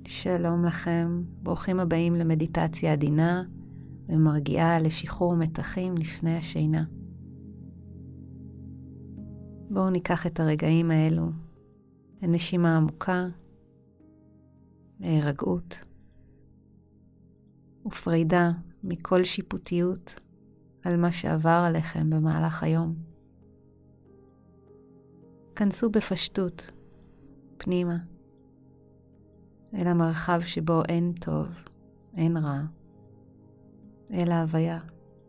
שלום לכם, ברוכים הבאים למדיטציה עדינה ומרגיעה לשחרור מתחים לפני השינה. בואו ניקח את הרגעים האלו לנשימה עמוקה, להירגעות ופרידה מכל שיפוטיות על מה שעבר עליכם במהלך היום. כנסו בפשטות פנימה אל המרחב שבו אין טוב, אין רע, אלא הוויה,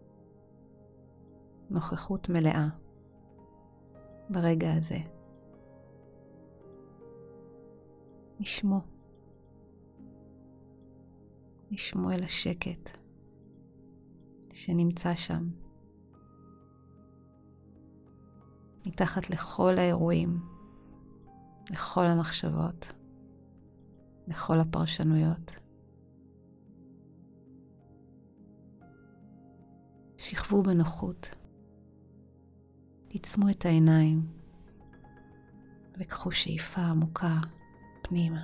נוכחות מלאה ברגע הזה. נשמו אל השקט שנמצא שם, מתחת לכל האירועים, לכל המחשבות, לכל הפרשנויות. שכבו בנוחות, תעצמו את העיניים וקחו שאיפה עמוקה פנימה.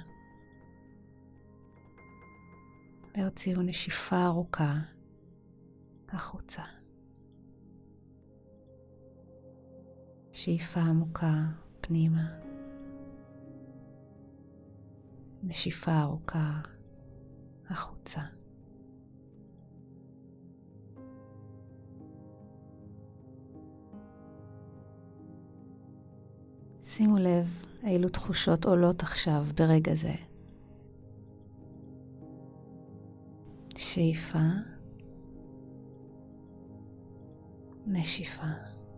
והוציאו נשיפה ארוכה החוצה. שאיפה עמוקה פנימה. נשיפה ארוכה החוצה. שימו לב אילו תחושות עולות עכשיו ברגע זה. שאיפה, נשיפה.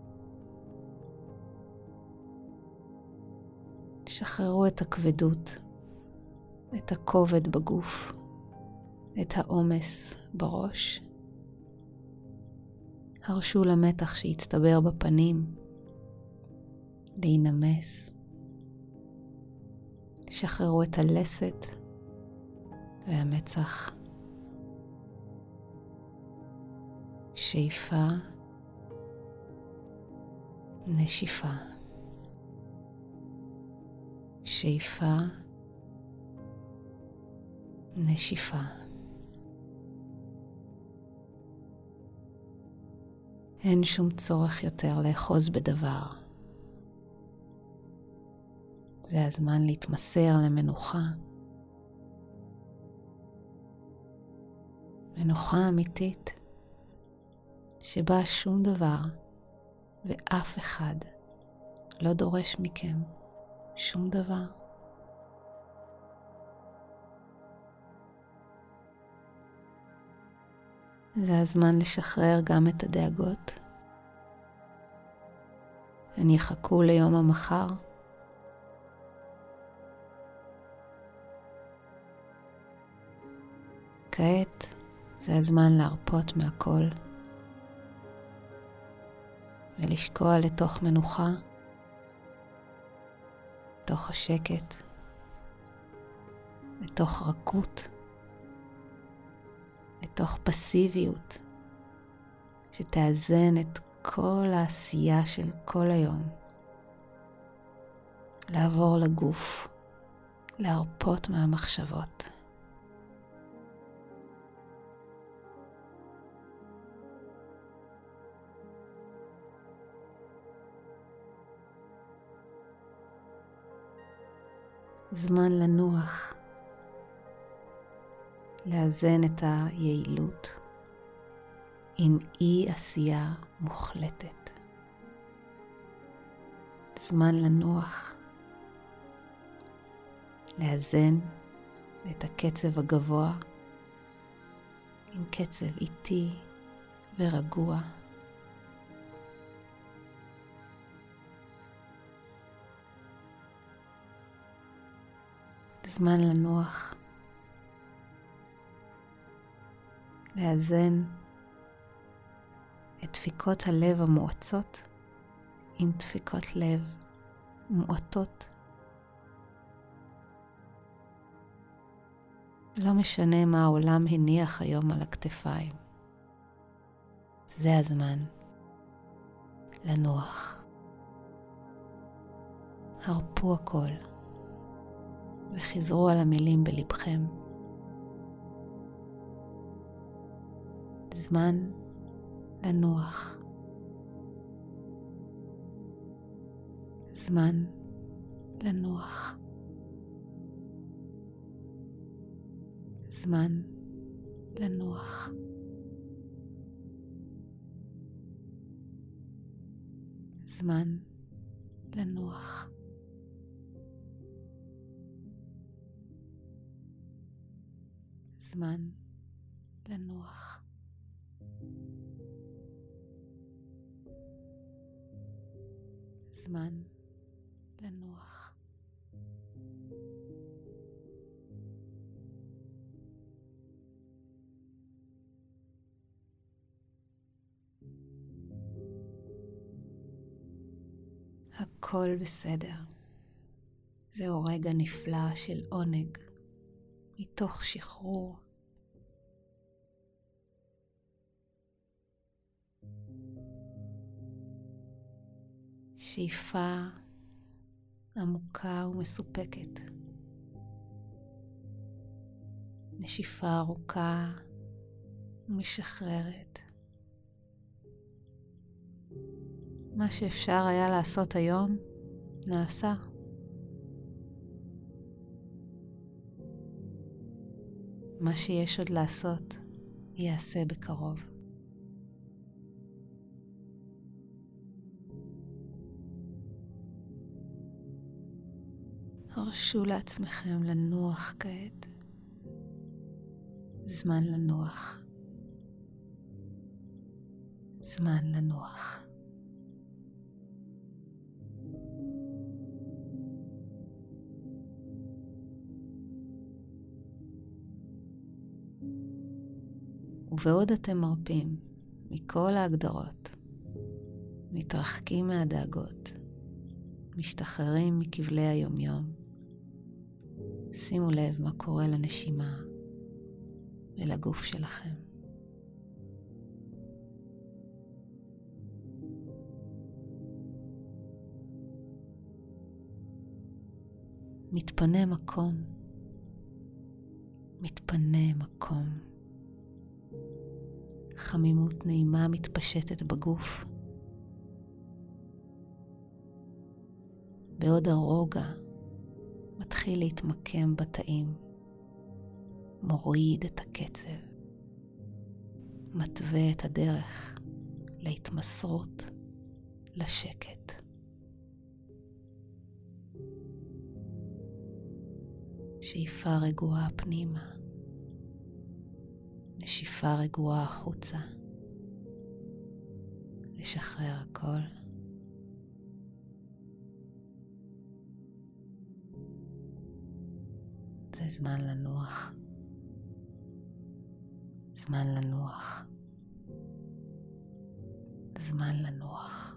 שחררו את הכבדות, את הכובד בגוף, את העומס בראש. הרשו למתח שיצטבר בפנים להינמס. שחררו את הלסת והמצח. שאיפה, נשיפה. שאיפה, נשיפה. אין שום צורך יותר לאחוז בדבר. זה הזמן להתמסר למנוחה. מנוחה אמיתית, שבה שום דבר ואף אחד לא דורש מכם שום דבר. זה הזמן לשחרר גם את הדאגות. הן יחכו ליום המחר. כעת זה הזמן להרפות מהכל ולשקוע לתוך מנוחה, לתוך השקט, לתוך רכות, לתוך פסיביות שתאזן את כל העשייה של כל היום. לעבור לגוף, להרפות מהמחשבות. זמן לנוח, לאזן את היעילות עם אי עשייה מוחלטת. זמן לנוח, לאזן את הקצב הגבוה עם קצב איטי ורגוע. זמן לנוח, לאזן את דפיקות הלב המואצות עם דפיקות לב מועטות. לא משנה מה העולם הניח היום על הכתפיים. זה הזמן לנוח. הרפו הכל וחזרו על המילים בלבכם. זמן לנוח. זמן לנוח. זמן לנוח. זמן לנוח. זמן לנוח. זמן לנוח. הכל בסדר. זהו רגע נפלא של עונג, מתוך שחרור. שאיפה עמוקה ומסופקת. נשיפה ארוכה ומשחררת. מה שאפשר היה לעשות היום, נעשה. מה שיש עוד לעשות, ייעשה בקרוב. הרשו לעצמכם לנוח כעת. זמן לנוח. זמן לנוח. ובעוד אתם מרפים מכל ההגדרות, מתרחקים מהדאגות, משתחררים מכבלי היומיום, שימו לב מה קורה לנשימה ולגוף שלכם. מתפנה מקום. מתפנה מקום. חמימות נעימה מתפשטת בגוף. בעוד הרוגע מתחיל להתמקם בתאים, מוריד את הקצב, מתווה את הדרך להתמסרות לשקט. שאיפה רגועה פנימה, נשיפה רגועה החוצה, לשחרר הכל. זה זמן לנוח. זמן לנוח. זמן לנוח.